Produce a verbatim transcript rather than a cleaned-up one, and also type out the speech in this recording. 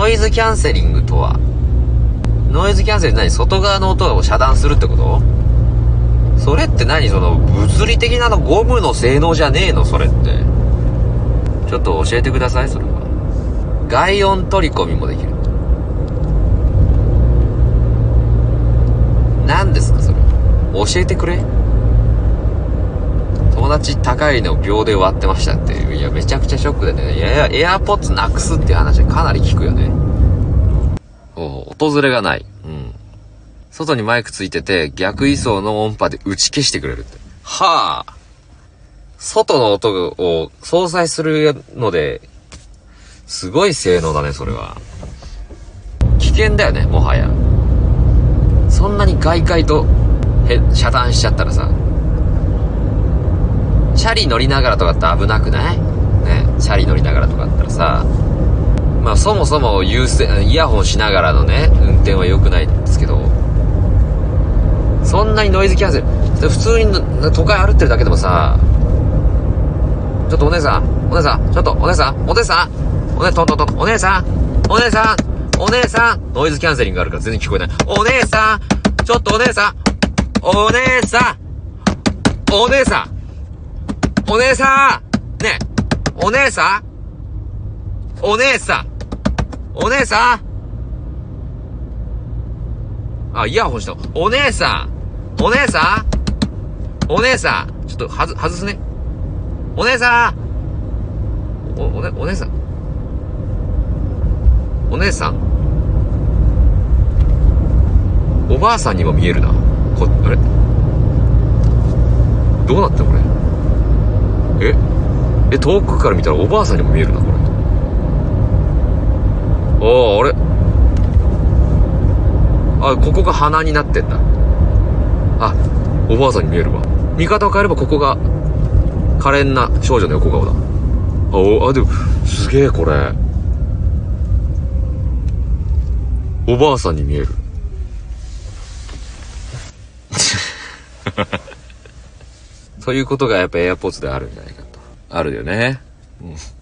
ノイズキャンセリングとは、ノイズキャンセリング何？外側の音を遮断するってこと？それって何？その物理的なのゴムの性能じゃねえの？それってちょっと教えてください。それは外音取り込みもできる。何ですかそれ？教えてくれ。友達高いのを秒で割ってましたっていう。いやめちゃくちゃショックでね。いやエアポッツなくすっていう話かなり聞くよね。お訪れがない。うん。外にマイクついてて逆位相の音波で打ち消してくれるって。はあ。外の音を相殺するので、すごい性能だね、それは。危険だよね、もはや。そんなに外界とへ遮断しちゃったらさ、チャリ乗りながらとかって危なくない？ね、チャリ乗りながらとかだったらさ、まあそもそも優先、イヤホンしながらのね、運転は良くないんですけど、そんなにノイズキャンセル、普通に都会歩ってるだけでもさ、ちょっとお姉さん、お姉さん、ちょっとお姉さん、お姉さん、お姉さん、とんとん、お姉さん、お姉さん、お姉さん、ノイズキャンセリングがあるから全然聞こえない。お姉さん、ちょっとお姉さん、お姉さん、お姉さん、お姉さん、ねえ、お姉さん、お姉さん、お姉さん、あ、イヤホンした。お姉さん、お姉さん、お姉さん、ちょっとはず、外すね。お姉さん、お、おね、お姉さん、お姉さん、おばあさんにも見えるな。こ、あれどうなってんこれ。ええ、遠くから見たらおばあさんにも見えるな、これ。ああ、あれあ、ここが鼻になってんだ。あ、おばあさんに見えるわ。見方を変えればここが可憐な少女の横顔だ。あ、お、あ、でも、すげえこれ。おばあさんに見える。そういうことがやっぱエアポッツであるんじゃないかと。あるよね。うん。